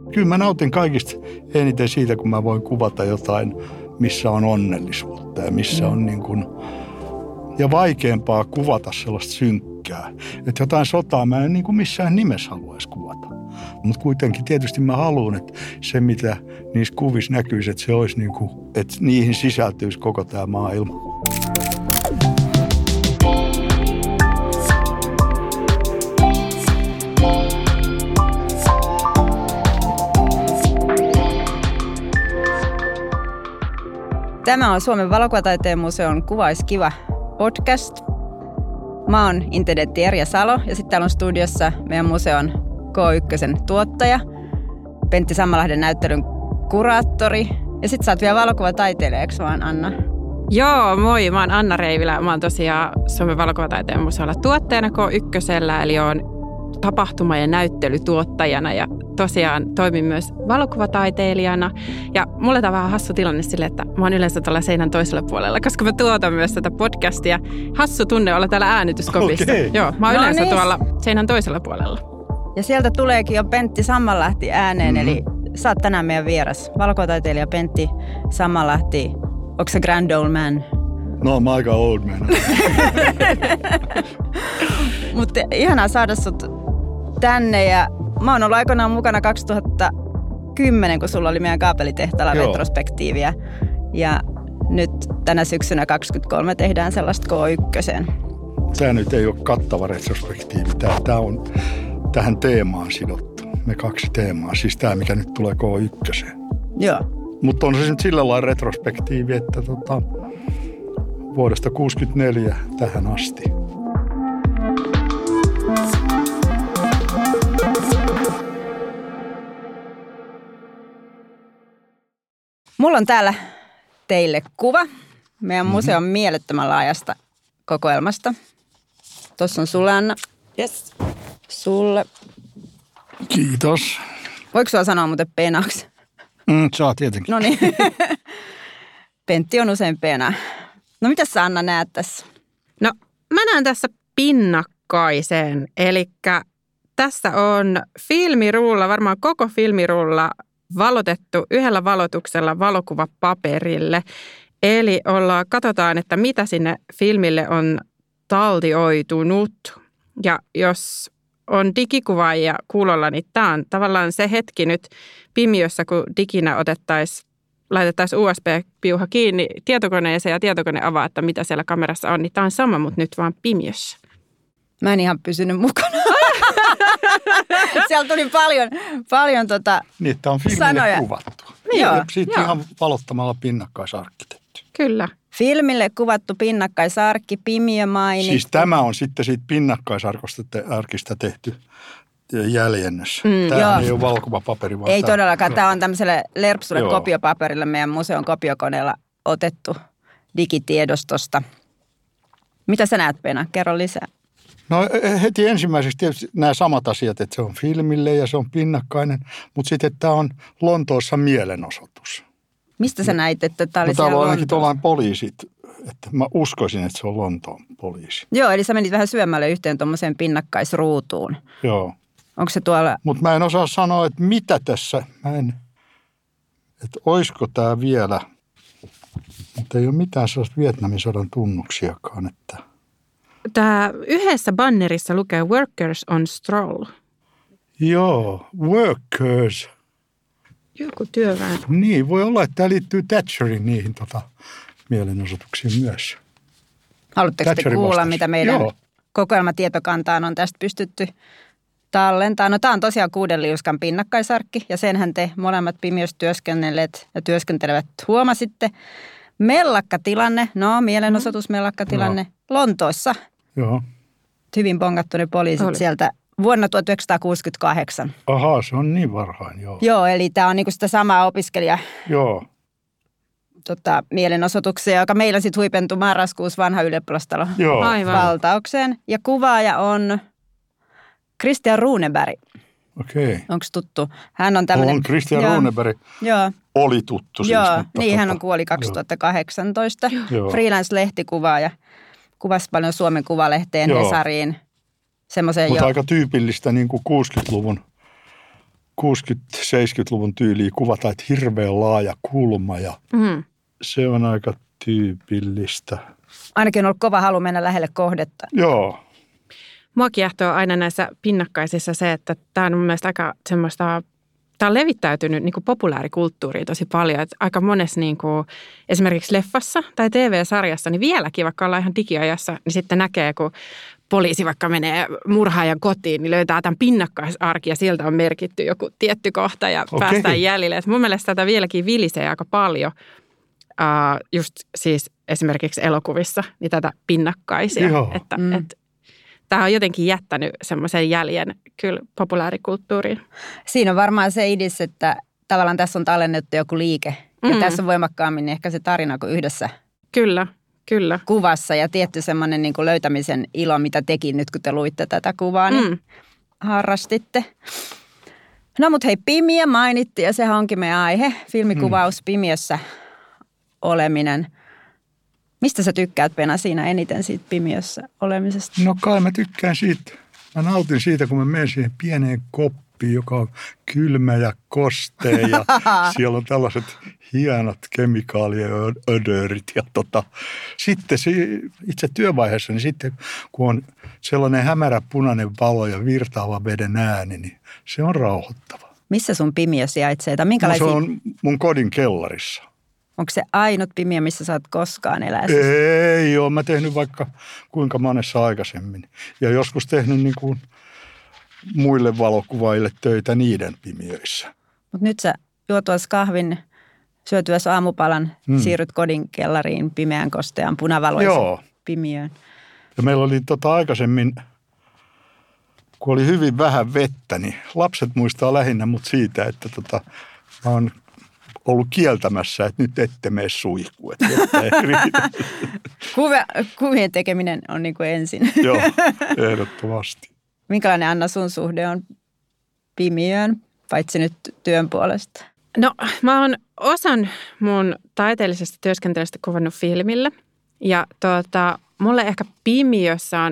Kyllä mä nautin kaikista eniten siitä, kun mä voin kuvata jotain, missä on onnellisuutta ja missä on niin kuin, ja vaikeampaa kuvata sellaista synkkää. Että jotain sotaa mä en niin kuin missään nimessä haluaisi kuvata. Mutta kuitenkin tietysti mä haluan, että se mitä niissä kuvissa näkyisi, että se olisi niin kuin, että niihin sisältyisi koko tämä maailma. Tämä on Suomen valokuvataiteen museon Kuvaisi kiva podcast. Mä oon intendentti Erja Salo ja sitten täällä on studiossa meidän museon K1 tuottaja, Pentti Sammalahden näyttelyn kuraattori ja sitten sä oot vielä valokuvataiteilija, eikö vaan Anna? Joo, moi. Mä oon Anna Reivilä. Mä oon tosiaan Suomen valokuvataiteen museolla tuottajana K1, eli oon tapahtuma- ja näyttelytuottajana ja tosiaan toimin myös valokuvataiteilijana. Ja mulle tämä on vähän hassu tilanne sille, että mä oon yleensä tuolla seinän toisella puolella, koska mä tuotan myös tätä podcastia. Hassu tunne olla täällä äänityskopissa. Okay. Joo, mä oon yleensä tuolla seinän toisella puolella. Ja sieltä tuleekin jo Pentti Sammallahti ääneen, eli sä oot tänään meidän vieras. Valokuvataiteilija Pentti Sammallahti, onko se grand old man? No, mä aika old man. Mutta ihanaa saada sut tänne ja mä oon ollut aikoinaan mukana 2010, kun sulla oli meidän kaapelitehtaalla retrospektiiviä. Ja nyt tänä syksynä 2023 tehdään sellaista K1. Tämä nyt ei ole kattava retrospektiivi. Tämä on tähän teemaan sidottu. Me 2 teemaa. Siis tämä, mikä nyt tulee K1. Joo. Mutta on se nyt sillä lailla retrospektiivi, että vuodesta 1964 tähän asti. Mulla on täällä teille kuva meidän museon mielettömän laajasta kokoelmasta. Tuossa on sulle, Anna. Yes. Sulle. Kiitos. Voiko sua sanoa muuten penaksi? Saa tietenkin. No niin. Pentti on usein pena. No mitä sä, Anna, näet tässä? No mä näen tässä pinnakkaisen, eli tässä on filmirulla, varmaan koko filmirulla valotettu yhdellä valotuksella valokuvapaperille. Eli katsotaan, että mitä sinne filmille on taltioitunut. Ja jos on digikuvaajia kuulolla, niin tämä on tavallaan se hetki nyt pimiössä, kun diginä laitettaisiin USB-piuha kiinni tietokoneeseen ja tietokone avaa, että mitä siellä kamerassa on. Niin tämä on sama, mutta nyt vaan pimiössä. Mä en ihan pysynyt mukana. Siellä tuli paljon niin, että on filmille sanoja. Kuvattu. Joo. Siitä ihan valottamalla pinnakkaisarkkitehty. Kyllä. Filmille kuvattu pinnakkaisarkki, pimiö mainittu. Siis tämä on sitten siitä pinnakkaisarkista tehty jäljennös. Tämä ei ole valokuvapaperi. Vaan ei todellakaan. Tämä on tämmöiselle lerpsulle kopiopaperille meidän museon kopiokoneella otettu digitiedostosta. Mitä sä näet, Pena? Kerro lisää. No heti ensimmäiseksi tietysti nämä samat asiat, että se on filmille ja se on pinnakkainen, mutta sitten tämä on Lontoossa mielenosoitus. Mistä sä näit, että tämä oli siellä täällä on Lontoossa? ainakin tuollainen poliisit, että mä uskoisin, että se on Lontoon poliisi. Joo, eli sä menit vähän syömälle yhteen tuommoiseen pinnakkaisruutuun. Joo. Onko se tuolla? Mutta mä en osaa sanoa, että mitä tässä, että olisiko tämä vielä, mutta ei ole mitään sellaista Vietnamin sodan tunnuksiakaan, että... Tämä yhdessä bannerissa lukee Workers on Stroll. Joo, Workers. Joku työväen. Niin, voi olla, että tämä liittyy Thatcherin niihin mielenosoituksiin myös. Haluatteko te kuulla, mitä meidän kokoelmatietokantaan on tästä pystytty tallentamaan? No tämä on tosiaan 6 liuskan pinnakkaisarkki ja senhän te molemmat pimiössä työskennelleet ja työskentelevät huomasitte. Mellakkatilanne, mielenosoitusmellakkatilanne Lontoossa. Joo. Hyvin bongattu ne poliisit sieltä vuonna 1968. Ahaa, se on niin varhain, joo. Joo, eli tämä on niinku sitä samaa opiskelija. Joo. Mielenosoituksia, joka meillä sitten huipentui marraskuussa vanha ylioppilastalo valtaukseen. Ja kuvaaja on Christian Runeberg. Okei. Onko tuttu? Hän on tämmöinen... On, Christian Runeberg oli tuttu siis. Joo, niin hän on kuoli 2018. Freelance-lehtikuvaaja. Kuvasi paljon Suomen Kuvalehteen, Hesariin. Mutta aika tyypillistä niin kuin 60-luvun 60-70-luvun tyyliä kuvataan, että hirveän laaja kulma ja se on aika tyypillistä. Ainakin on ollut kova halu mennä lähelle kohdetta. Joo. Mua kiehtoo aina näissä pinnakkaisissa se, että tämä on mun mielestä aika semmoista, tämä on levittäytynyt niin kuin populaarikulttuuriin tosi paljon. Että aika monessa niin kuin, esimerkiksi leffassa tai TV-sarjassa, niin vieläkin, vaikka ollaan ihan digiajassa, niin sitten näkee, kun poliisi vaikka menee murhaajan kotiin, niin löytää tämän pinnakkaisarki ja sieltä on merkitty joku tietty kohta ja päästään jäljille. Että mun mielestä tätä vieläkin vilisee aika paljon, just siis esimerkiksi elokuvissa, niin tätä pinnakkaisia. Että tämä on jotenkin jättänyt semmoisen jäljen kyllä populaarikulttuuriin. Siinä on varmaan se idis, että tavallaan tässä on tallennettu joku liike. Ja tässä on voimakkaammin ehkä se tarina kuin yhdessä Kyllä. kuvassa. Ja tietty semmoinen niin kuin löytämisen ilo, mitä tekin nyt, kun te luitte tätä kuvaa, niin harrastitte. No mutta hei, pimiö mainittiin ja sehän onkin meidän aihe. Filmikuvaus pimiössä oleminen. Mistä sä tykkäät, Pena, siinä eniten siitä pimiössä olemisesta? No kai mä tykkään siitä. Mä nautin siitä, kun mä menen siihen pieneen koppiin, joka on kylmä ja kostea ja siellä on tällaiset hienot kemikaalien ödörit. Ja sitten itse työvaiheessa, niin sitten kun on sellainen hämärä punainen valo ja virtaava veden ääni, niin se on rauhoittava. Missä sun pimiö sijaitsee? No, se on mun kodin kellarissa. Onko se ainut pimiö, missä sä oot koskaan eläessä? Ei ole. Mä tehnyt vaikka kuinka monessa aikaisemmin. Ja joskus tehnyt niin kuin muille valokuvaajille töitä niiden pimiöissä. Mutta nyt sä juotuas kahvin, syötyäs aamupalan, siirryt kodin kellariin pimeän kostean punavaloisen pimiöön. Ja meillä oli aikaisemmin, kun oli hyvin vähän vettä, niin lapset muistaa lähinnä mut siitä, että mä oon ollut kieltämässä, että nyt ette mene suihkuun. Kuvien tekeminen on niin kuin ensin. Joo, ehdottomasti. Minkälainen, Anna, sun suhde on pimiöön, paitsi nyt työn puolesta? No, mä oon osan mun taiteellisesta työskentelystä kuvannut filmille. Ja mulle ehkä pimiö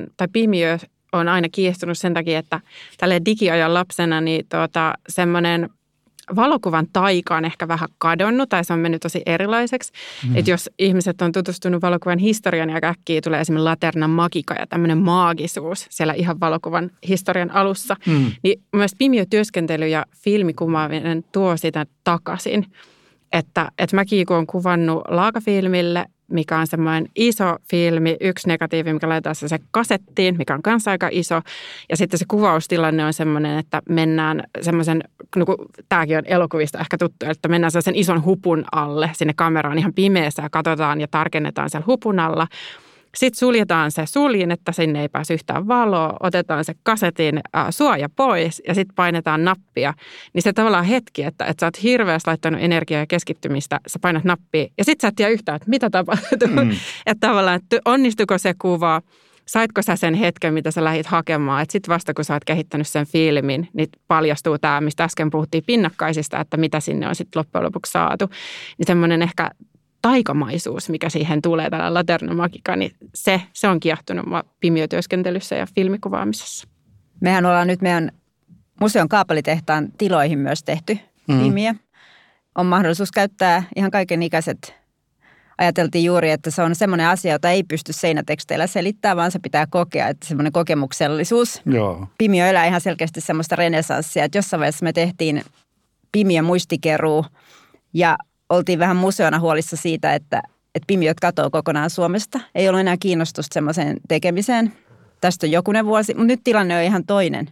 on aina kiinnostunut sen takia, että tälleen digiajan lapsena niin semmoinen valokuvan taika on ehkä vähän kadonnut tai se on mennyt tosi erilaiseksi. Että jos ihmiset on tutustunut valokuvan historiaan, niin äkkiä tulee esimerkiksi Laterna Magica ja tämmöinen maagisuus siellä ihan valokuvan historian alussa. Niin myös pimiötyöskentely ja filmikuvaaminen tuo sitä takaisin. Että mäkin kun olen kuvannut laakafilmille, mikä on semmoinen iso filmi, yksi negatiivi, mikä laitetaan se kasettiin, mikä on kanssa aika iso. Ja sitten se kuvaustilanne on semmoinen, että mennään semmoisen, no tämäkin on elokuvista ehkä tuttu, että mennään sen ison hupun alle sinne kameraan ihan pimeässä ja katsotaan ja tarkennetaan siellä hupun alla. Sitten suljetaan se suljin, että sinne ei pääse yhtään valoa, otetaan se kasetin suoja pois ja sitten painetaan nappia. Niin se tavallaan hetki, että sä oot hirveästi laittanut energiaa ja keskittymistä, sä painat nappia ja sitten sä et tiedä yhtään, että mitä tapahtuu. Että tavallaan, että onnistuiko se kuva, saitko sä sen hetken, mitä sä lähdit hakemaan. Että sitten vasta kun sä oot kehittänyt sen filmin, niin paljastuu tämä, mistä äsken puhuttiin pinnakkaisista, että mitä sinne on sitten loppujen lopuksi saatu. Niin semmoinen ehkä taikamaisuus, mikä siihen tulee tällä Laterna Magica, niin se on kiehtonut mua pimiötyöskentelyssä ja filmikuvaamisessa. Mehän ollaan nyt meidän museon kaapelitehtaan tiloihin myös tehty pimiö. On mahdollisuus käyttää ihan kaikenikäiset. Ajateltiin juuri, että se on semmoinen asia, jota ei pysty seinäteksteillä selittämään, vaan se pitää kokea, että semmoinen kokemuksellisuus. Joo. Pimiö elää ihan selkeästi semmoista renesanssia, että jossain vaiheessa me tehtiin pimiö muistikeruu ja oltiin vähän museona huolissa siitä, että pimiöt katoo kokonaan Suomesta. Ei ollut enää kiinnostusta semmoiseen tekemiseen. Tästä on jokunen vuosi, mutta nyt tilanne on ihan toinen.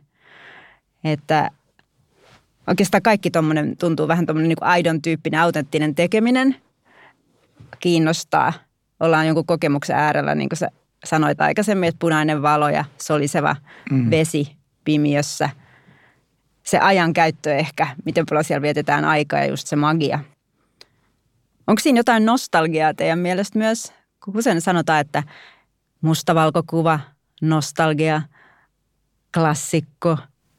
Että oikeastaan kaikki tommoinen tuntuu vähän tommoinen niin kuin aidon tyyppinen, autenttinen tekeminen kiinnostaa. Ollaan jonkun kokemuksen äärellä, niin kuin sä sanoit aikaisemmin, että punainen valo ja soliseva vesi pimiössä. Se ajankäyttö ehkä, miten paljon siellä vietetään aikaa ja just se magia. Onko siinä jotain nostalgiaa teidän mielestä myös? Kun usein sanotaan, että mustavalkokuva, nostalgia, klassikko.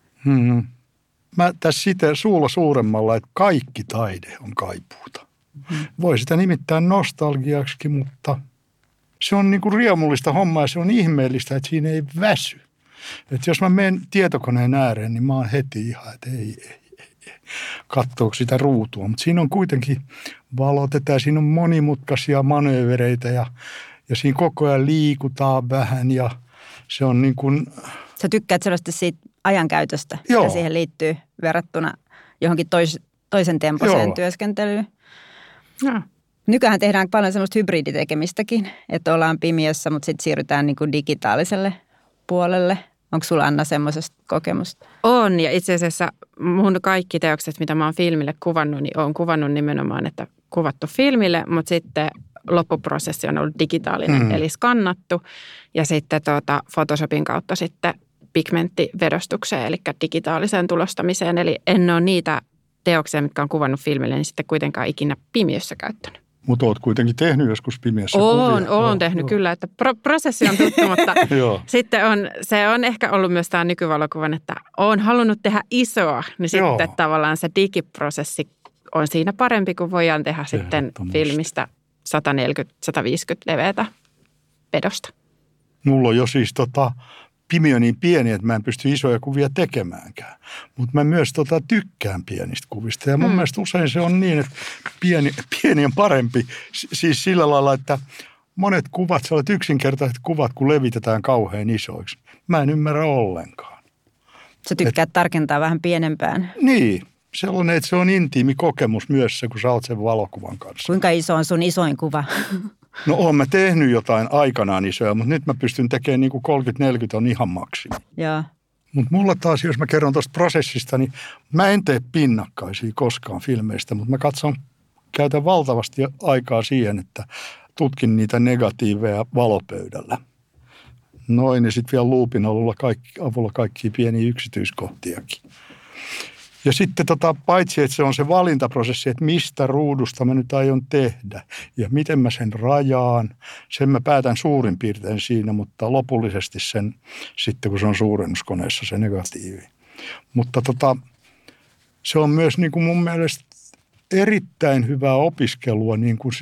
Mä tässä sitä suulla suuremmalla, että kaikki taide on kaipuuta. Voi sitä nimittää nostalgiaksi, mutta se on niinku riemullista hommaa ja se on ihmeellistä, että siinä ei väsy. Että jos mä menen tietokoneen ääreen, niin mä oon heti ihan, että katsoako sitä ruutua. Mutta siinä on kuitenkin valotetaan, siinä on monimutkaisia manöövereitä ja siinä koko ajan liikutaan vähän ja se on niin kuin... Sä tykkäät selvästi siitä ajankäytöstä, Joo. ja siihen liittyy verrattuna johonkin toisen tempoiseen työskentelyyn. No. Nykyään tehdään paljon semmoista hybriditekemistäkin, että ollaan pimiössä, mutta sitten siirrytään niin kuin digitaaliselle puolelle. Onko sulla, Anna, semmoisesta kokemusta? On, ja itse asiassa mun kaikki teokset, mitä mä oon filmille kuvannut, niin oon kuvannut nimenomaan, että kuvattu filmille, mutta sitten loppuprosessi on ollut digitaalinen, eli skannattu, ja sitten Photoshopin kautta sitten pigmenttivedostukseen, eli digitaaliseen tulostamiseen. Eli en ole niitä teoksia, mitkä on kuvannut filmille, niin sitten kuitenkaan ikinä pimiössä käyttänyt. Mutta oot kuitenkin tehnyt joskus pimiössä kuvia. Oon tehnyt kyllä, että prosessi on tuttu, mutta sitten se on ehkä ollut myös tämä nykyvalokuvan, että oon halunnut tehdä isoa, niin sitten tavallaan se digiprosessi on siinä parempi, kun voidaan tehdä sitten filmistä 140-150 leveätä vedosta. Mulla on jo siis pimiö niin pieni, että mä en pysty isoja kuvia tekemäänkään. Mutta mä myös tykkään pienistä kuvista. Ja mun mielestä usein se on niin, että pieni on parempi. Siis sillä lailla, että monet kuvat, sellaiset yksinkertaiset kuvat, kun levitetään kauhean isoiksi. Mä en ymmärrä ollenkaan. Sä tykkäät tarkentaa vähän pienempään. Niin. Sellainen, että se on intiimi kokemus myös se, kun sä oot sen valokuvan kanssa. Kuinka iso on sun isoin kuva? No oon mä tehnyt jotain aikanaan isoja, mutta nyt mä pystyn tekemään niin kuin 30-40 on ihan maksimi. Joo. Mutta mulla taas, jos mä kerron tuosta prosessista, niin mä en tee pinnakkaisia koskaan filmeistä, mutta mä käytän valtavasti aikaa siihen, että tutkin niitä negatiiveja valopöydällä. Noin, ja sitten vielä luupin avulla kaikkia pieniä yksityiskohtiakin. Ja sitten paitsi, että se on se valintaprosessi, että mistä ruudusta mä nyt aion tehdä ja miten mä sen rajaan, sen mä päätän suurin piirtein siinä, mutta lopullisesti sen sitten, kun se on suurennuskoneessa se negatiivi. Mutta se on myös niin kuin mun mielestä erittäin hyvää opiskelua niin kuin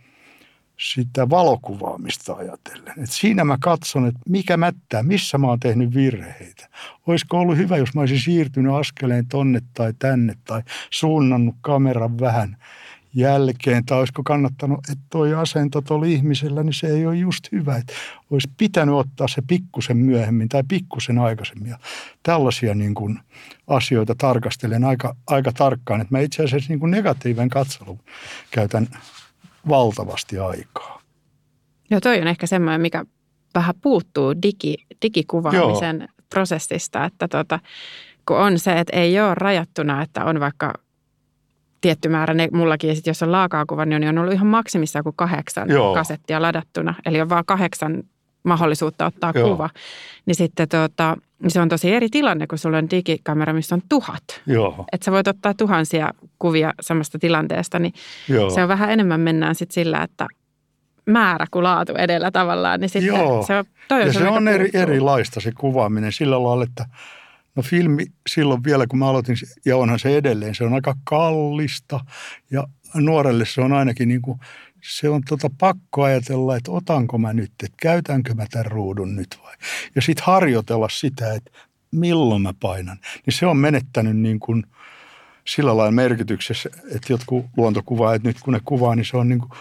sitä valokuvaamista ajatellen. Et siinä mä katson, että mikä mättää, missä mä oon tehnyt virheitä. Olisiko ollut hyvä, jos mä olisin siirtynyt askeleen tonne tai tänne tai suunnannut kameran vähän jälkeen. Tai olisiko kannattanut, että toi asento tuolla ihmisellä, niin se ei ole just hyvä. Että olisi pitänyt ottaa se pikkusen myöhemmin tai pikkusen aikaisemmin. Ja tällaisia niin kuin asioita tarkastelen aika tarkkaan. Että mä itse asiassa niin kuin negatiivinen katselu käytän valtavasti aikaa. Joo, toi on ehkä semmoinen, mikä vähän puuttuu digikuvaamisen prosessista, että kun on se, että ei ole rajattuna, että on vaikka tietty määrä, mullakin, ja sitten jos on laakaa kuva, niin on ollut ihan maksimissaan kuin 8 kasettia ladattuna, eli on vaan 8 mahdollisuutta ottaa kuva, niin sitten se on tosi eri tilanne, kun sulla on digikamera, missä on 1000. Että sä voit ottaa tuhansia kuvia samasta tilanteesta, niin se on vähän enemmän mennään sitten sillä, että määrä kuin laatu edellä tavallaan, niin sitten se on erilaista se kuvaaminen sillä lailla, että no filmi silloin vielä, kun mä aloitin, ja onhan se edelleen, se on aika kallista ja nuorelle se on ainakin niin kuin, se on pakko ajatella, että otanko mä nyt, että käytänkö mä tämän ruudun nyt vai. Ja sitten harjoitella sitä, että milloin mä painan. Niin se on menettänyt niin kuin sillä lailla merkityksessä, että jotkut luontokuvaajat, että nyt kun ne kuvaa, niin se on niin kuin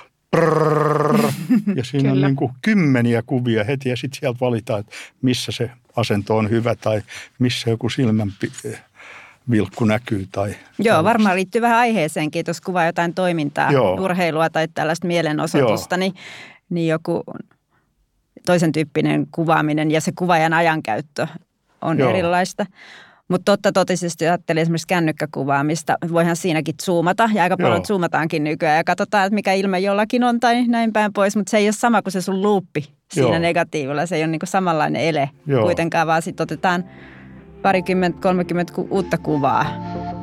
ja siinä on niin kuin 10 kuvia heti ja sitten sieltä valitaan, että missä se asento on hyvä tai missä joku silmän vilkku näkyy. Joo, varmaan liittyy vähän aiheeseenkin, että jos kuvaa jotain toimintaa, urheilua tai tällaista mielenosoitusta, niin joku toisen tyyppinen kuvaaminen ja se kuvaajan ajankäyttö on erilaista. Mutta totisesti ajattelin esimerkiksi kännykkäkuvaamista, voihan siinäkin zoomata ja aika paljon zoomataankin nykyään ja katsotaan, että mikä ilme jollakin on tai näin päin pois, mutta se ei ole sama kuin se sun luuppi siinä negatiivilla, se ei ole niinku samanlainen ele kuitenkaan, vaan sitten otetaan 20-30 uutta kuvaa.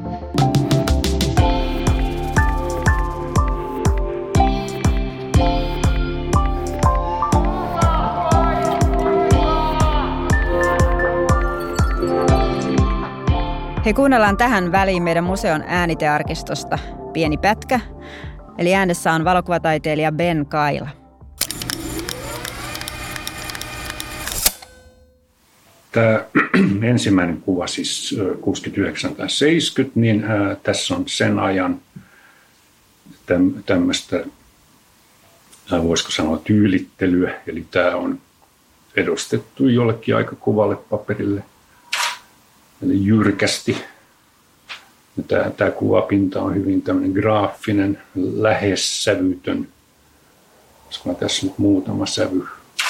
He kuunnellaan tähän väliin meidän museon äänitearkistosta pieni pätkä. Eli äänessä on valokuvataiteilija Ben Kaila. Tämä ensimmäinen kuva, siis 69 tai 70, niin tässä on sen ajan tämmöistä, voisiko sanoa, tyylittelyä. Eli tämä on edustettu jollekin aikakuvalle paperille, eli jyrkästi. Tämä kuvapinta on hyvin tämmöinen graafinen, lähes sävytön. Olisiko tässä nyt muutama sävy?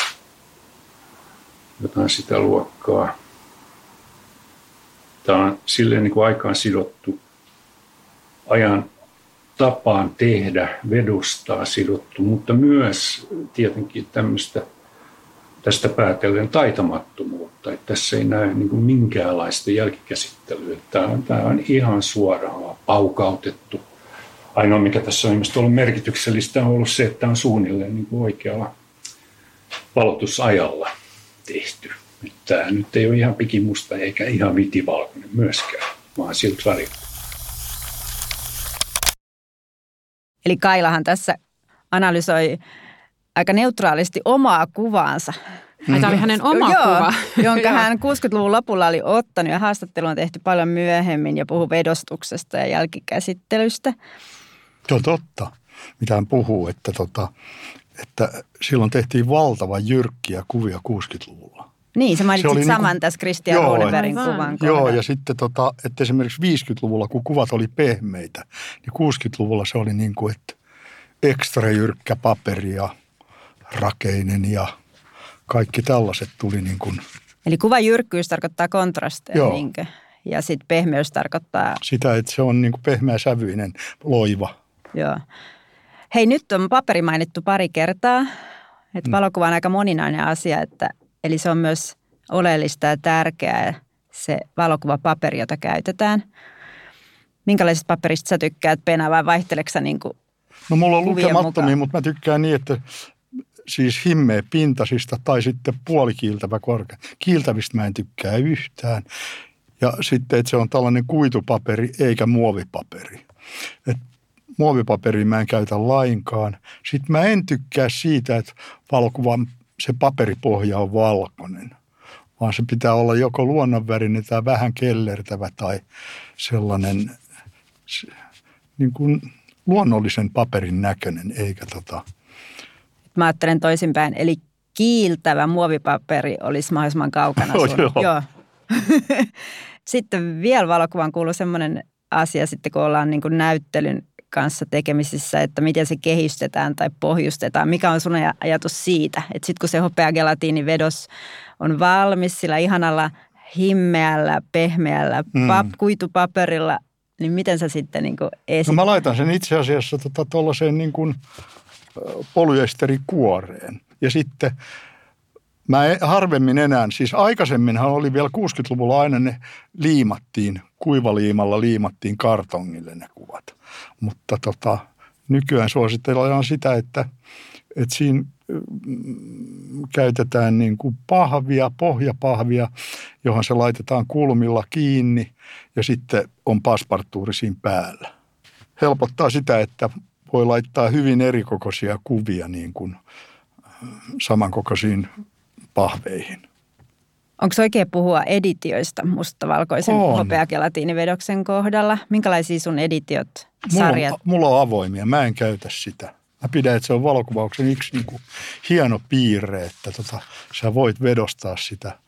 Jotain sitä luokkaa. Tämä on silleen niin kuin aikaan sidottu, ajan tapaan tehdä, vedostaa sidottu, mutta myös tietenkin tästä päätellen taitamattomuutta. Että tässä ei näe niin kuin minkäänlaista jälkikäsittelyä. Tämä on ihan suoraan paukautettu. Ainoa, mikä tässä on ilmeisesti ollut merkityksellistä, on ollut se, että tämä on suunnilleen niin kuin oikealla valotusajalla tehty. Tämä nyt ei ole ihan pikimusta eikä ihan vitivalkoinen myöskään, vaan siltä väriltä. Eli Kailahan tässä analysoi aika neutraalisti omaa kuvaansa. Tämä oli hänen oma kuva. Jonka hän 60-luvun lopulla oli ottanut ja haastattelu on tehty paljon myöhemmin ja puhuu vedostuksesta ja jälkikäsittelystä. Se on totta, mitä hän puhuu, että silloin tehtiin valtavan jyrkkiä kuvia 60-luvulla. Niin, sä mainitsit saman tässä Christian Rodenbergin kuvan kohdalla. Joo, ja sitten että esimerkiksi 50-luvulla, kun kuvat oli pehmeitä, niin 60-luvulla se oli niin kuin, että ekstra jyrkkä paperi ja rakeinen ja kaikki tällaiset tuli niin kuin. Eli kuvan jyrkkyys tarkoittaa kontrasteja, niinkö? Ja sitten pehmeys tarkoittaa sitä, että se on niin kuin pehmeä sävyinen loiva. Joo. Hei, nyt on paperi mainittu pari kertaa, että valokuva on aika moninainen asia, eli se on myös oleellista ja tärkeää se valokuvapaperi, jota käytetään. Minkälaisesta paperista sä tykkäät, Pena, vai vaihteleksä sä niin kuin No mulla on lukemattomia, mutta mä tykkään niin, että siis himmeä pintasista tai sitten puolikiiltävä korkea. Kiiltävistä mä en tykkää yhtään. Ja sitten, että se on tällainen kuitupaperi eikä muovipaperi. Muovipaperia mä en käytä lainkaan. Sitten mä en tykkää siitä, että valokuvan se paperipohja on valkoinen, vaan se pitää olla joko luonnonvärinen tai vähän kellertävä tai sellainen niin kuin luonnollisen paperin näköinen, eikä Mä ajattelen toisinpäin, eli kiiltävä muovipaperi olisi mahdollisimman kaukana sun. Joo. Sitten vielä valokuvan kuuluu semmoinen asia, sitten kun ollaan niin kuin näyttelyn kanssa tekemisissä, että miten se kehystetään tai pohjustetaan. Mikä on sun ajatus siitä, että sitten kun se hopeagelatiinivedos on valmis sillä ihanalla himmeällä, pehmeällä kuitupaperilla, niin miten sä sitten niin kuin No mä laitan sen itse asiassa tuollaiseen niin kuin polyesterikuoreen. Ja sitten mä harvemmin enää, siis aikaisemminhan oli vielä 60-luvulla aina ne liimattiin, kuivaliimalla liimattiin kartongille ne kuvat. Mutta nykyään suositellaan sitä, että siinä käytetään niin kuin pohjapahvia, johon se laitetaan kulmilla kiinni ja sitten on passepartuuri siinä päällä. Helpottaa sitä, että voi laittaa hyvin erikokoisia kuvia niin kuin samankokoisiin pahveihin. Onko oikein puhua editioista mustavalkoisen hopeagelatiinivedoksen kohdalla? Minkälaisia sun editiot, sarjat? Mulla on avoimia, mä en käytä sitä. Mä pidän, että se on valokuvauksen yksi niin kuin hieno piirre, että sä voit vedostaa sitä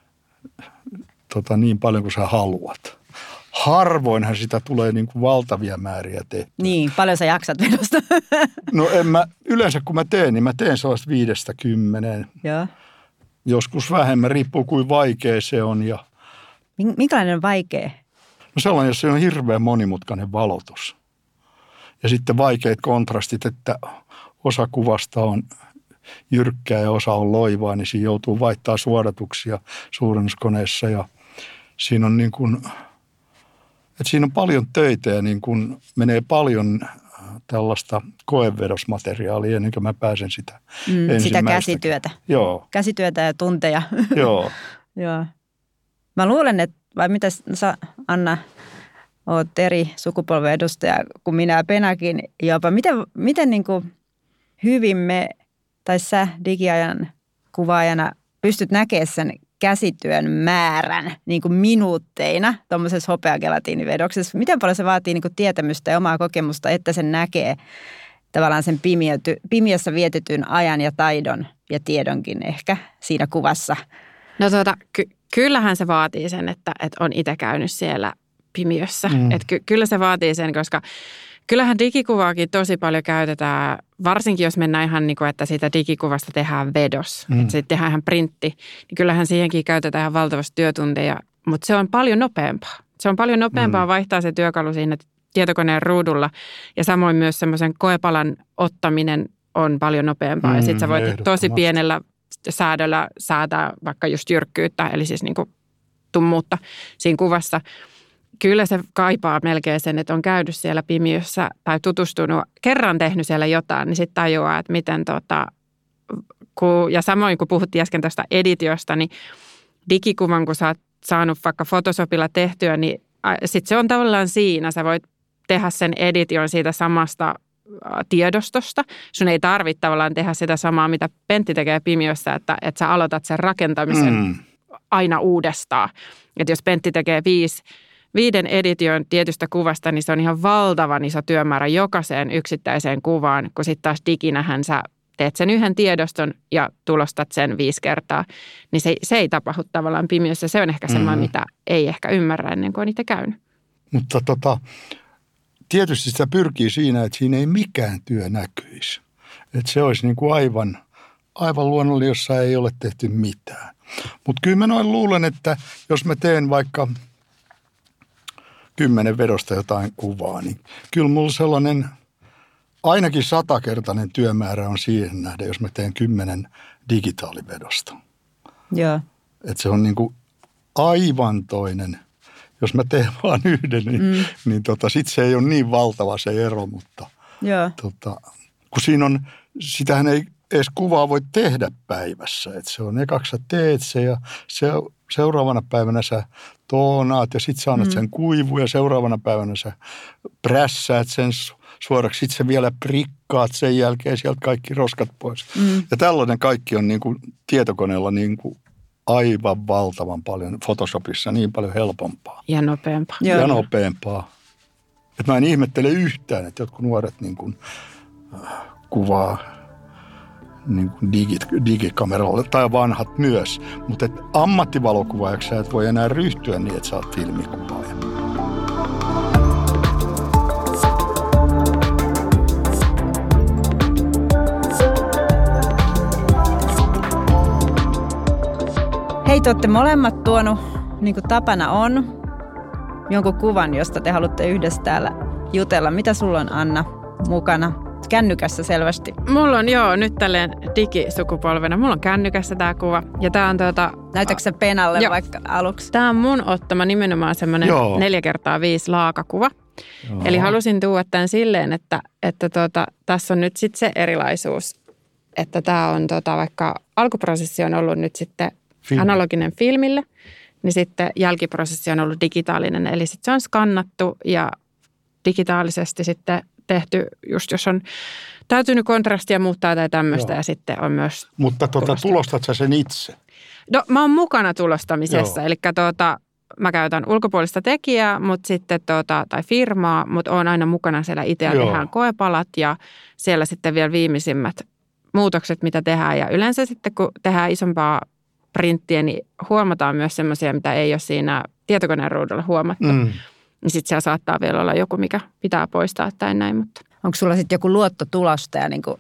niin paljon kuin sä haluat. Harvoinhan sitä tulee niin kuin valtavia määriä tehtyä. Niin, paljon sä jaksat vedostaa? No yleensä kun mä teen, niin mä teen sellaista 5-10. Joo. Joskus vähemmän, riippuu kuin vaikea se on. Ja minkälainen on vaikea? No sellainen, jos se on hirveän monimutkainen valotus. Ja sitten vaikeat kontrastit, että osa kuvasta on jyrkkää ja osa on loivaa, niin siinä joutuu vaihtaa suodatuksia suurennuskoneessa. Ja siinä on niin kuin, että siinä on paljon töitä ja niin kuin menee paljon tällaista koevedosmateriaalia ennen kuin mä pääsen sitä sitä käsityötä. Joo. Käsityötä ja tunteja. Joo. Joo. Mä luulen, että vai mitä sä, Anna, oot eri sukupolven edustaja kuin minä ja Penakin jopa. Miten niin kuin hyvin me, tai sä digiajan kuvaajana, pystyt näkemään sen käsityön määrän niin kuin minuutteina tuommoisessa hopeagelatiinivedoksessa? Miten paljon se vaatii niin kuin tietämystä ja omaa kokemusta, että sen näkee tavallaan sen pimiössä vietetyn ajan ja taidon ja tiedonkin ehkä siinä kuvassa? No kyllähän se vaatii sen, että on itse käynyt siellä pimiössä. Kyllä se vaatii sen, koska kyllähän digikuvaakin tosi paljon käytetään, varsinkin jos mennään ihan niin kuin, että siitä digikuvasta tehdään vedos, että sitten tehdään ihan printti, niin kyllähän siihenkin käytetään ihan valtavasti työtunteja, mutta se on paljon nopeampaa. Se on paljon nopeampaa vaihtaa se työkalu siinä tietokoneen ruudulla ja samoin myös semmoisen koepalan ottaminen on paljon nopeampaa ja sitten sä voit tosi pienellä säädöllä säätää vaikka just jyrkkyyttä, eli siis niin kuin tummuutta siinä kuvassa. Kyllä se kaipaa melkein sen, että on käynyt siellä pimiössä tai tutustunut, kerran tehnyt siellä jotain, niin sitten tajuaa, että miten ja samoin kun puhuttiin äsken tästä editiosta, niin digikuvan kun sä oot saanut vaikka Photoshopilla tehtyä, niin sitten se on tavallaan siinä. Sä voit tehdä sen edition siitä samasta tiedostosta. Sun ei tarvitse tavallaan tehdä sitä samaa, mitä Pentti tekee pimiössä, että sä aloitat sen rakentamisen aina uudestaan. Että jos Pentti tekee 5 edition tietystä kuvasta, niin se on ihan valtavan iso työmäärä jokaiseen yksittäiseen kuvaan, kun sitten taas diginähän sä teet sen yhden tiedoston ja tulostat sen 5 kertaa, niin se ei tapahdu tavallaan pimiössä. Se on ehkä semmoinen, mitä ei ehkä ymmärrä ennen kuin on itse käynyt. Mutta tietysti sitä pyrkii siinä, että siinä ei mikään työ näkyisi. Että se olisi niin kuin aivan luonnollinen, jossa ei ole tehty mitään. Mutta kyllä mä noin luulen, että jos mä teen vaikka 10 vedosta jotain kuvaa, niin kyllä mulla sellainen ainakin 100-kertainen työmäärä on siihen nähden, jos mä teen 10 digitaalivedosta. Joo. Että se on niin kuin aivan toinen. Jos mä teen vaan yhden, niin sitten se ei ole niin valtava se ero, mutta kun siinä on, sitähän ei edes kuvaa voi tehdä päivässä. Että se on ekaksi sä teet se ja seuraavana päivänä sä toonaat ja sitten sä annat sen kuivua ja seuraavana päivänä sä prässäät sen suoraksi. Sitten sä vielä prikkaat sen jälkeen sieltä kaikki roskat pois. Ja tällainen kaikki on niin kuin tietokoneella niin kuin aivan valtavan paljon, Photoshopissa niin paljon helpompaa. Ja nopeampaa. Ja nopeampaa. Että mä en ihmettele yhtään, että jotkut nuoret niin kuin kuvaa niin kuin digikameralla tai vanhat myös. Mutta ammattivalokuvaajaksi sä et voi enää ryhtyä niin, että sä oot filmikuvaaja. Hei, te olette molemmat tuonut, niin kuin tapana on, jonkun kuvan, josta te haluatte yhdessä täällä jutella. Mitä sulla on, Anna, mukana? Kännykässä selvästi. Mulla on nyt tälleen digisukupolvena. Mulla on kännykässä tää kuva. Ja tää on näytätkö sä Penalle vaikka aluksi? Tää on mun ottama nimenomaan semmoinen 4x5 laakakuva. Joo. Eli halusin tuoda tämän silleen, että tässä on nyt sitten se erilaisuus, että tää on vaikka alkuprosessi on ollut nyt sitten analoginen filmille, niin sitten jälkiprosessi on ollut digitaalinen. Eli sitten se on skannattu ja digitaalisesti sitten tehty, just jos on täytynyt kontrastia muuttaa tai tämmöistä ja sitten on myös... Mutta tulostat sä sen itse? No mä oon mukana tulostamisessa, eli mä käytän ulkopuolista tekijää, mutta sitten tai firmaa, mutta oon aina mukana siellä itse ja tehdään koepalat ja siellä sitten vielä viimeisimmät muutokset, mitä tehdään. Ja yleensä sitten kun tehdään isompaa printtiä, niin huomataan myös semmoisia, mitä ei ole siinä tietokoneen ruudulla huomattu. Niin sitten siellä saattaa vielä olla joku, mikä pitää poistaa tai näin, mutta... Onko sulla sitten joku luottotulostaja niin kuin...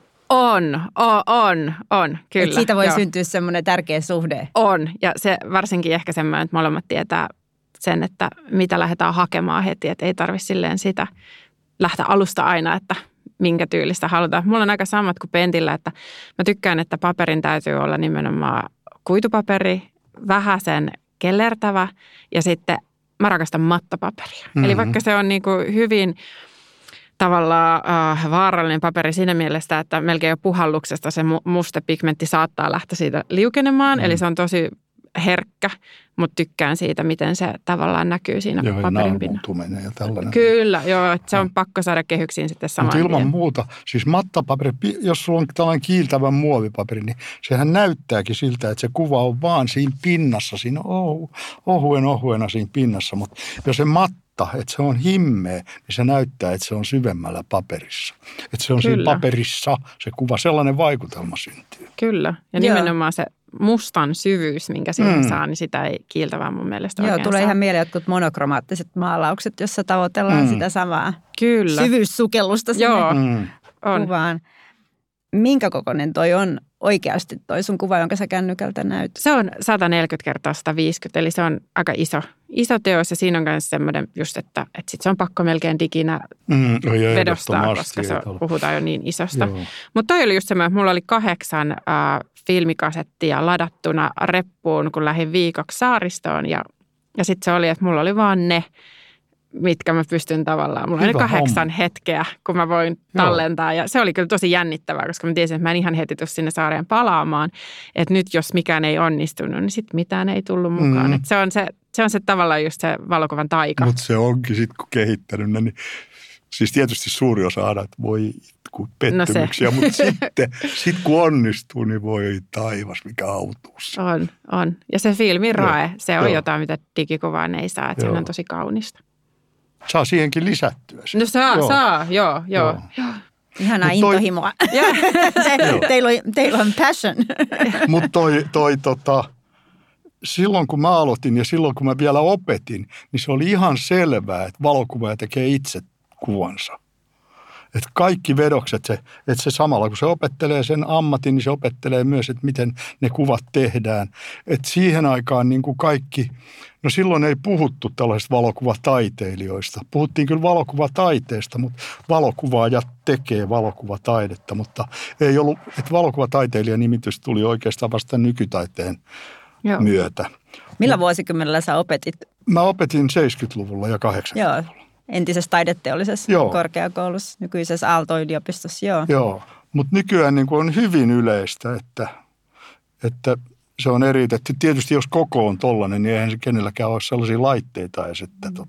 On, kyllä. Et siitä voi syntyä semmoinen tärkeä suhde. On, ja se varsinkin ehkä semmoinen, että molemmat tietää sen, että mitä lähdetään hakemaan heti, että ei tarvitse silleen sitä lähteä alusta aina, että minkä tyylistä halutaan. Mulla on aika samat kuin Pentillä, että mä tykkään, että paperin täytyy olla nimenomaan kuitupaperi, vähäsen kellertävä ja sitten mä rakastan mattapaperia. Eli vaikka se on niin kuin hyvin tavallaan vaarallinen paperi siinä mielessä, että melkein jo puhalluksesta se musta pigmentti saattaa lähteä siitä liukenemaan. Eli se on tosi herkkä, mutta tykkään siitä, miten se tavallaan näkyy siinä paperin pinnalla. Ja tällainen. Kyllä, joo, että se on pakko saada kehyksiin sitten saman tien. Mutta ilman muuta, siis mattapaperi, jos sulla on tällainen kiiltävä muovipaperi, niin sehän näyttääkin siltä, että se kuva on vaan siinä pinnassa, siinä ohuena siinä pinnassa, mutta jos se että se on himmeä, niin se näyttää, että se on syvemmällä paperissa. Että se on siinä paperissa se kuva, sellainen vaikutelma syntyy. Kyllä, ja nimenomaan se mustan syvyys, minkä siihen saa, niin sitä ei kiiltävää mun mielestä oikein tulee saa. ihan mieleen jotkut monokromaattiset maalaukset, jossa tavoitellaan sitä samaa syvyyssukellusta sinne kuvaan. Minkä kokoinen toi on oikeasti toi sun kuva, jonka sä kännykältä näyt? Se on 140x150, eli se on aika iso teos ja siinä on myös semmoinen just, että sit se on pakko melkein diginä vedostaa, koska puhutaan jo niin isosta. Mutta toi oli just semmoinen, että mulla oli 8 filmikasettia ladattuna reppuun, kun lähdin viikoksi saaristoon ja sitten se oli, että mulla oli vaan ne, mitkä mä pystyn tavallaan. Mulla oli 8 hetkeä, kun mä voin tallentaa. Ja se oli kyllä tosi jännittävää, koska mä tiesin, että mä en ihan heti tule sinne saareen palaamaan. Että nyt jos mikään ei onnistunut, niin sitten mitään ei tullut mukaan. Että se on se tavallaan just se valokuvan taika. Mutta se onkin sitten, kun kehittänyt ne, niin siis tietysti suuri osa aina, että voi itku pettymyksiä, mutta sitten kun onnistuu, niin voi taivas, mikä autuus. On. Ja se filmin rae, se on jotain, mitä digikuvaan ei saa. Että se on tosi kaunista. Saa siihenkin lisättyä. No saa, joo. Ihanaa intohimoa. Teillä on passion. Mutta silloin kun mä aloitin ja silloin kun mä vielä opetin, niin se oli ihan selvää, että valokuvaaja tekee itse kuvansa. Että kaikki vedokset, että se samalla kun se opettelee sen ammatin, niin se opettelee myös, että miten ne kuvat tehdään. Että siihen aikaan niin kuin kaikki, no silloin ei puhuttu tällaisista valokuvataiteilijoista. Puhuttiin kyllä valokuvataiteesta, mutta valokuvaajat tekee valokuvataidetta, mutta ei ollut, että valokuvataiteilijan nimitys tuli oikeastaan vasta nykytaiteen myötä. Millä vuosikymmenellä sä opetit? Mä opetin 70-luvulla ja 80-luvulla. Entisessä taideteollisessa korkeakoulussa, nykyisessä Aalto-yliopistossa, Joo, mutta nykyään niin kuin on hyvin yleistä, että se on eritetty. Tietysti jos koko on tollainen, niin eihän se kenelläkään ole sellaisia laitteita edes.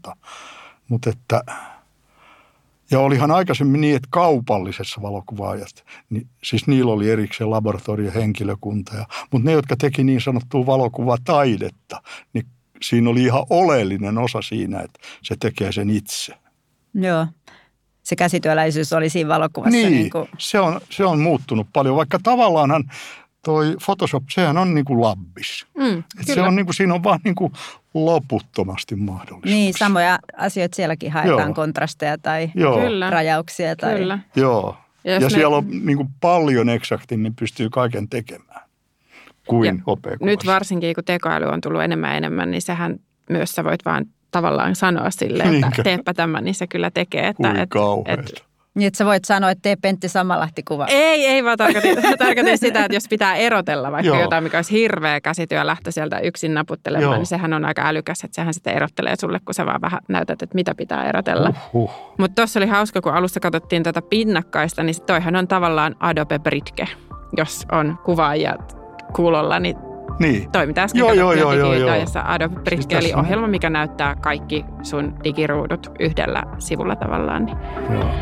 Ja olihan aikaisemmin niin, että kaupallisessa valokuvaajat, niin, siis niillä oli erikseen laboratoriohenkilökunta. Mutta ne, jotka teki niin sanottua valokuvataidetta, niin siinä oli ihan oleellinen osa siinä, että se tekee sen itse. Joo. Se käsityöläisyys oli siinä valokuvassa. Niin se on muuttunut paljon, vaikka tavallaanhan toi Photoshop, sehän on niin kuin labbis. Se on niin kuin, siinä on vaan niin kuin loputtomasti mahdollisuus. Niin, samoja asioita sielläkin haetaan, kontrasteja tai rajauksia. Kyllä. Joo. Ja siellä on niin kuin paljon eksaktimmin pystyy kaiken tekemään kuin hopeakuvassa. Nyt varsinkin, kun tekoäly on tullut enemmän, niin sehän myös sä voit vaan tavallaan sanoa silleen, että teepä tämän, niin se kyllä tekee. Niin, että sä voit sanoa, että tee Pentti Samalahti-kuva. Ei vaan tarkoitin sitä, että jos pitää erotella vaikka jotain, mikä olisi hirveä käsityö lähtö sieltä yksin naputtelemaan, niin sehän on aika älykäs, että sehän sitten erottelee sulle, kun sä vaan vähän näytät, että mitä pitää erotella. Mutta tuossa oli hauska, kun alussa katsottiin tätä pinnakkaista, niin toihan on tavallaan Adobe Bridge, jos on kuvaajat kuulolla, niin toi, mitä äsken katsottiin digitaajassa Adobe Bridge, eli ohjelma, mikä näyttää kaikki sun digiruudut yhdellä sivulla tavallaan. Niin. Joo.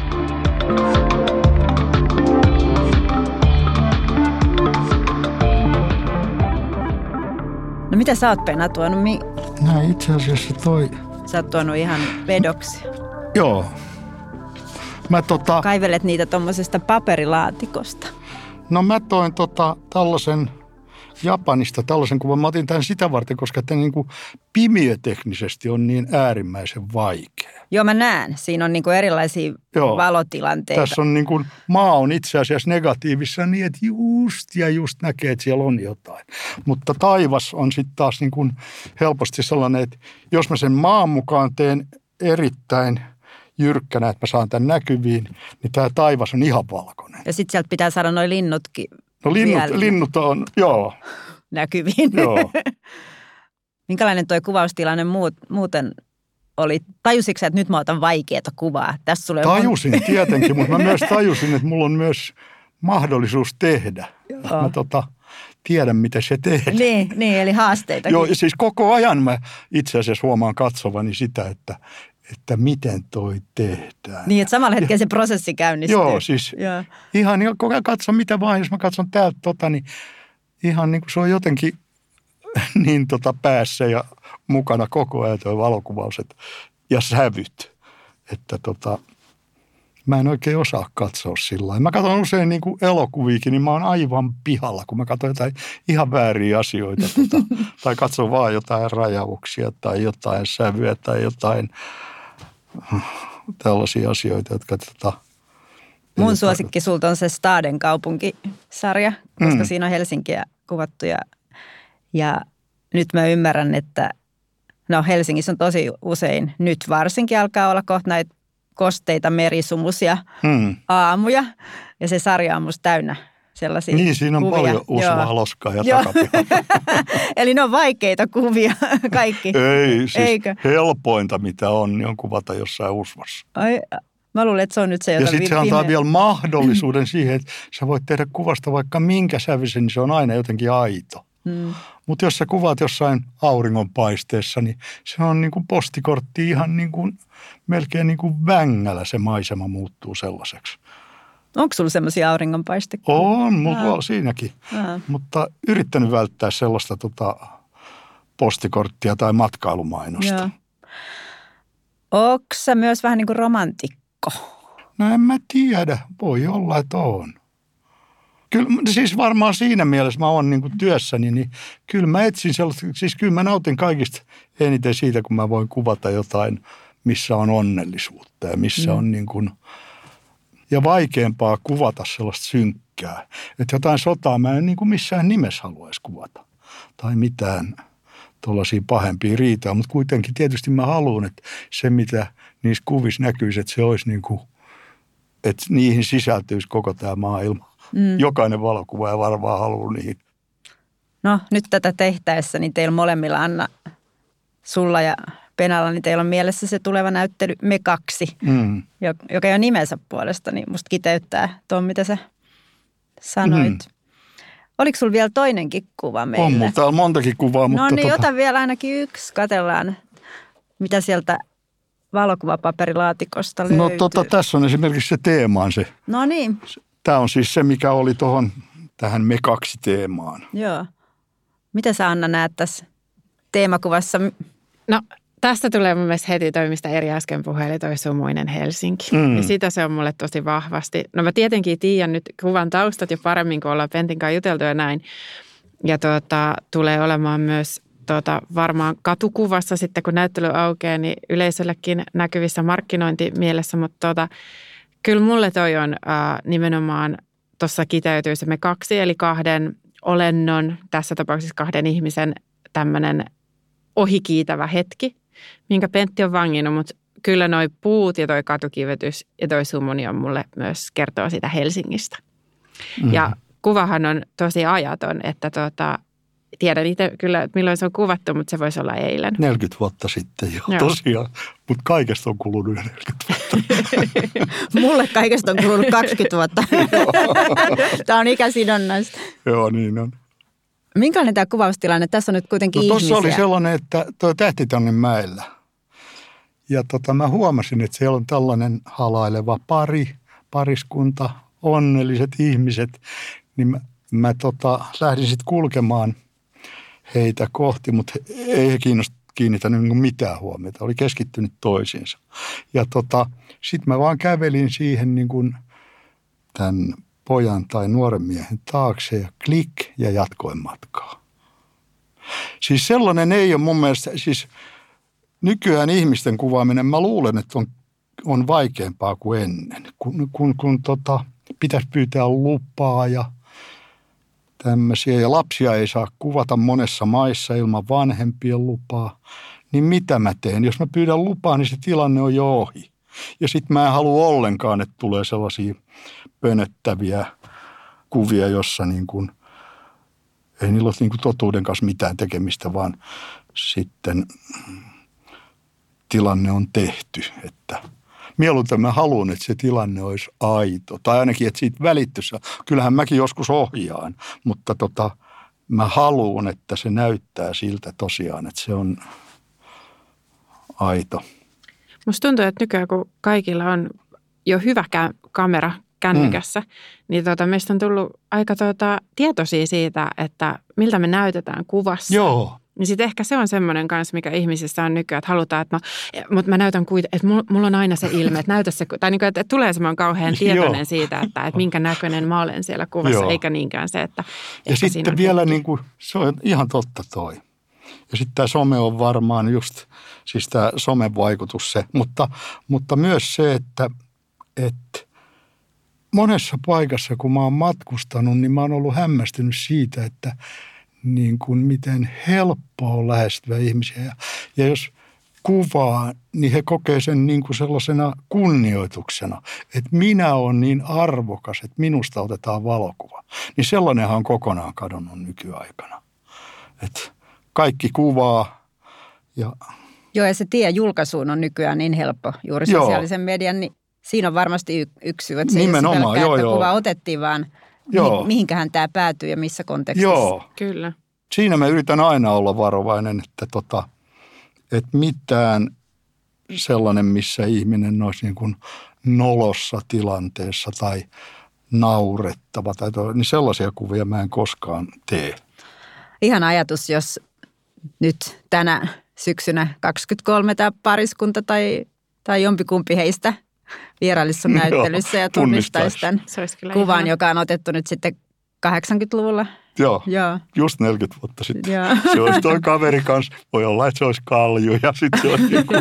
No mitä sä oot, Pena, tuonut? Itse asiassa Sä oot tuonut ihan vedoksia. Joo. Kaivelet niitä tommosesta paperilaatikosta. No mä toin tällaisen Japanista tällaisen kuvan. Mä otin tämän sitä varten, koska tämä niin kuin pimiöteknisesti on niin äärimmäisen vaikea. Joo, mä näen. Siinä on niin kuin erilaisia valotilanteita. Tässä on niin kuin, maa on itse asiassa negatiivissa niin, että just näkee, että siellä on jotain. Mutta taivas on sitten taas niin kuin helposti sellainen, että jos mä sen maan mukaan teen erittäin jyrkkänä, että mä saan tämän näkyviin, niin tämä taivas on ihan valkoinen. Ja sitten sieltä pitää saada noi linnutkin. No linnut on, näkyviin. Joo. Minkälainen toi kuvaustilanne muuten oli? Tajusitko sä, että nyt mä otan vaikeata kuvaa? Tajusin tietenkin, mutta mä myös tajusin, että mulla on myös mahdollisuus tehdä. tiedä, miten se tehdään. Niin, eli haasteita. Joo, siis koko ajan mä itse asiassa huomaan katsovani sitä, että miten toi tehdään. Niin, että samalla hetkellä se prosessi käynnistyy. Joo, siis ihan koko ajan katson mitä vaan, jos mä katson täältä niin ihan niin kuin se on jotenkin niin päässä ja mukana koko ajan tuo valokuvaus ja sävyt. Että mä en oikein osaa katsoa sillä lailla. Mä katson usein niin kuin elokuviikin, niin mä oon aivan pihalla, kun mä katson jotain ihan vääriä asioita. Tai katson vaan jotain rajauksia tai jotain sävyä tai jotain tällaisia asioita, jotka mun suosikki sulta on se Staden kaupunkisarja, koska siinä on Helsinkiä kuvattu ja nyt mä ymmärrän, että Helsingissä on tosi usein, nyt varsinkin alkaa olla kohta näitä kosteita, merisumusia aamuja ja se sarja on musta täynnä sellaisia Niin, siinä on kuvia. paljon usvaa, loskaa ja takapihalla. Eli ne on vaikeita kuvia kaikki. Ei, siis Eikö? helpointa mitä on, niin on kuvata jossain usvassa. Ai, mä luulen, että se on nyt se, jota ja sitten se antaa vielä mahdollisuuden siihen, että sä voit tehdä kuvasta vaikka minkä sävyisen, niin se on aina jotenkin aito. Mutta jos sä kuvaat jossain auringonpaisteessa, niin se on niin kuin postikortti ihan niin kuin, melkein niin kuin vängällä se maisema muuttuu sellaiseksi. Onko sulla semmoisia auringonpaistekuvia? On, mulla siinäkin. Mutta yrittänyt välttää sellaista postikorttia tai matkailumainosta. Joo. Ootko sä myös vähän niin kuin romantikko? No en mä tiedä. Voi olla, että on. Kyllä, siis varmaan siinä mielessä mä oon niin kuin työssäni, niin kyllä mä etsin sellaista, siis kyllä mä nautin kaikista eniten siitä, kun mä voin kuvata jotain, missä on onnellisuutta ja missä on niin kuin, ja vaikeampaa kuvata sellaista synkkää. Että jotain sotaa mä en niin kuin missään nimessä haluaisi kuvata tai mitään tuollaisia pahempia riitoja, mutta kuitenkin tietysti mä haluan, että se mitä niissä kuvissa näkyisi, että se olisi niin kuin, että niihin sisältyisi koko tämä maailma. Jokainen valokuvaaja varmaan haluaa niihin. No nyt tätä tehtäessä, niin teillä molemmilla, Anna, sulla ja Penalla, niin teillä on mielessä se tuleva näyttely Me kaksi, joka jo nimensä puolesta, niin musta kiteyttää tuon, mitä sä sanoit. Oliko sulla vielä toinenkin kuva meille? On mulla täällä montakin kuvaa, mutta... No niin, ota vielä ainakin yksi, katsellaan, mitä sieltä valokuvapaperilaatikosta löytyy. No tässä on esimerkiksi se teemaan se. No niin. Tämä on siis se, mikä oli tähän Me kaksi teemaan. Joo. Mitä sä, Anna, näet tässä teemakuvassa? No tästä tulee mun mielestä heti toi, mistä Eri äsken puhui, eli toi Sumuinen Helsinki. Ja sitä se on mulle tosi vahvasti. No mä tietenkin tiedän nyt kuvan taustat jo paremmin, kun ollaan Pentin kanssa juteltu ja näin. Ja tulee olemaan myös varmaan katukuvassa sitten, kun näyttely aukeaa, niin yleisöllekin näkyvissä markkinointimielessä, mutta kyllä mulle toi on nimenomaan, tuossa kiteytyy se Me kaksi, eli kahden olennon, tässä tapauksessa kahden ihmisen tämmöinen ohikiitävä hetki, minkä Pentti on vanginnut, mutta kyllä noi puut ja toi katukivetys ja toi sumuni on mulle myös kertoo siitä Helsingistä. Ja kuvahan on tosi ajaton, että tiedän itse kyllä, että milloin se on kuvattu, mutta se voisi olla eilen. 40 vuotta sitten jo, tosiaan. Mutta kaikesta on kulunut 40 vuotta. Mulle kaikesta on kulunut 20 vuotta. Tämä on ikäsidonnaista. Joo, niin on. Minkälainen tämä kuvaustilanne? Tässä on nyt kuitenkin ihmisiä. Tuossa oli sellainen, että tuo Tähtitannen mäellä. Ja mä huomasin, että siellä on tällainen halaileva pariskunta, onnelliset ihmiset. Niin mä lähdin sitten kulkemaan heitä kohti, mutta ei he kiinnittänyt mitään huomiota. Oli keskittynyt toisiinsa. Ja sitten mä vaan kävelin siihen niin kuin tämän pojan tai nuoren miehen taakse ja klik ja jatkoin matkaa. Siis sellainen ei ole mun mielestä, siis nykyään ihmisten kuvaaminen, mä luulen, että on vaikeampaa kuin ennen. Kun pitäisi pyytää lupaa ja tämmöisiä, ja lapsia ei saa kuvata monessa maissa ilman vanhempien lupaa, niin mitä mä teen? Jos mä pyydän lupaa, niin se tilanne on jo ohi. Ja sitten mä en halua ollenkaan, että tulee sellaisia pönöttäviä kuvia, jossa niin kuin, ei niillä ole niin kuin totuuden kanssa mitään tekemistä, vaan sitten tilanne on tehty. Että Mieluiten mä haluan, että se tilanne olisi aito. Tai ainakin, että siitä välittyisi. Kyllähän mäkin joskus ohjaan, mutta mä haluan, että se näyttää siltä tosiaan, että se on aito. Musta tuntuu, että nykyään kun kaikilla on jo hyvä kamera kännykässä, niin meistä on tullut aika tietoisia siitä, että miltä me näytetään kuvassa. Joo. Niin sitten ehkä se on semmoinen kanssa, mikä ihmisissä on nykyään, että halutaan, että mutta mä näytän kuitenkin, että mulla on aina se ilme, että näytä se, tai niin kuin, että tulee semmoinen kauhean tietoinen siitä, että minkä näköinen mä olen siellä kuvassa, eikä niinkään se, että ja sitten vielä niin kuin, se on ihan totta toi. Ja sitten tämä some on varmaan just, siis tämä somen vaikutus se, mutta myös se, että monessa paikassa, kun mä oon matkustanut, niin mä oon ollut hämmästynyt siitä, että niin kuin miten helppoa on lähestyä ihmisiä. Ja jos kuvaa, niin he kokee sen niin kuin sellaisena kunnioituksena, että minä olen niin arvokas, että minusta otetaan valokuva. Niin sellainenhan on kokonaan kadonnut nykyaikana. Että kaikki kuvaa. Joo, ja se tie julkaisuun on nykyään niin helppo juuri sosiaalisen median, niin siinä on varmasti yksi syy, että se ei ole pelkkää, että kuva otettiin, vaan mihinkähän tämä päätyy ja missä kontekstissa. Joo, kyllä. Siinä mä yritän aina olla varovainen, että mitään sellainen, missä ihminen olisi niin kuin nolossa tilanteessa tai naurettava, niin sellaisia kuvia mä en koskaan tee. Ihan ajatus, jos nyt tänä syksynä 23 tämä pariskunta tai jompikumpi heistä vierailisi sun näyttelyssä ja tunnistaisi tämän kuvan, joka on otettu nyt sitten 80-luvulla. Joo, just 40 vuotta sitten. Joo. Se olisi toi kaveri kanssa. Voi olla, että se olisi Kalju ja sitten se olisi joku.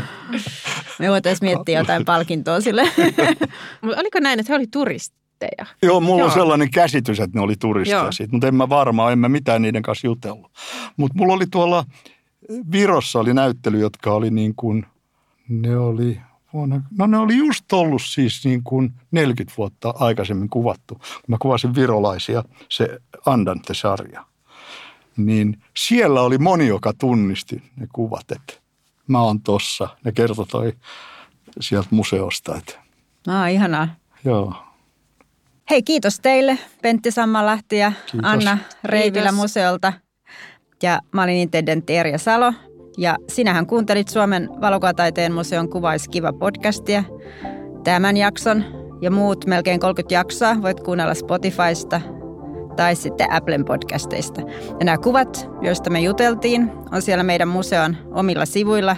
Me voitaisiin miettiä jotain palkintoa sille. Mutta oliko näin, että he oli turisteja? Joo, mulla on sellainen käsitys, että ne oli turisteja siitä, mutta en mä mitään niiden kanssa jutellut. Mutta mulla oli tuolla Virossa oli näyttely, jotka oli niin kuin, ne oli just ollut siis niin kuin 40 vuotta aikaisemmin kuvattu. Kun mä kuvasin virolaisia, se Andante-sarja, niin siellä oli moni, joka tunnisti ne kuvat, että mä oon tossa. Ne kertoi toi sieltä museosta. Että. Ihanaa. Joo. Hei, kiitos teille, Pentti Sammalahti ja Anna Reivilä museolta. Ja mä olin intendentti Erja Salo. Ja sinähän kuuntelit Suomen valokuvataiteen museon Kuvais kiva -podcastia. Tämän jakson ja muut melkein 30 jaksoa voit kuunnella Spotifysta tai sitten Applen podcasteista. Ja nämä kuvat, joista me juteltiin, on siellä meidän museon omilla sivuilla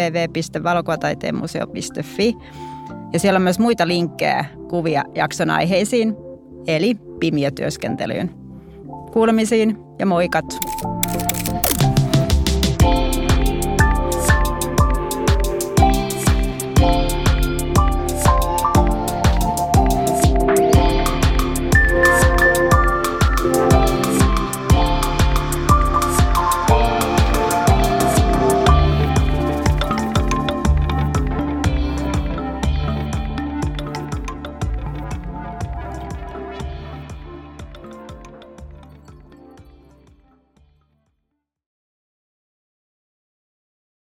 www.valokuvataiteenmuseo.fi. Ja siellä on myös muita linkkejä, kuvia jakson aiheisiin, eli pimiötyöskentelyyn. Kuulemisiin ja moikat!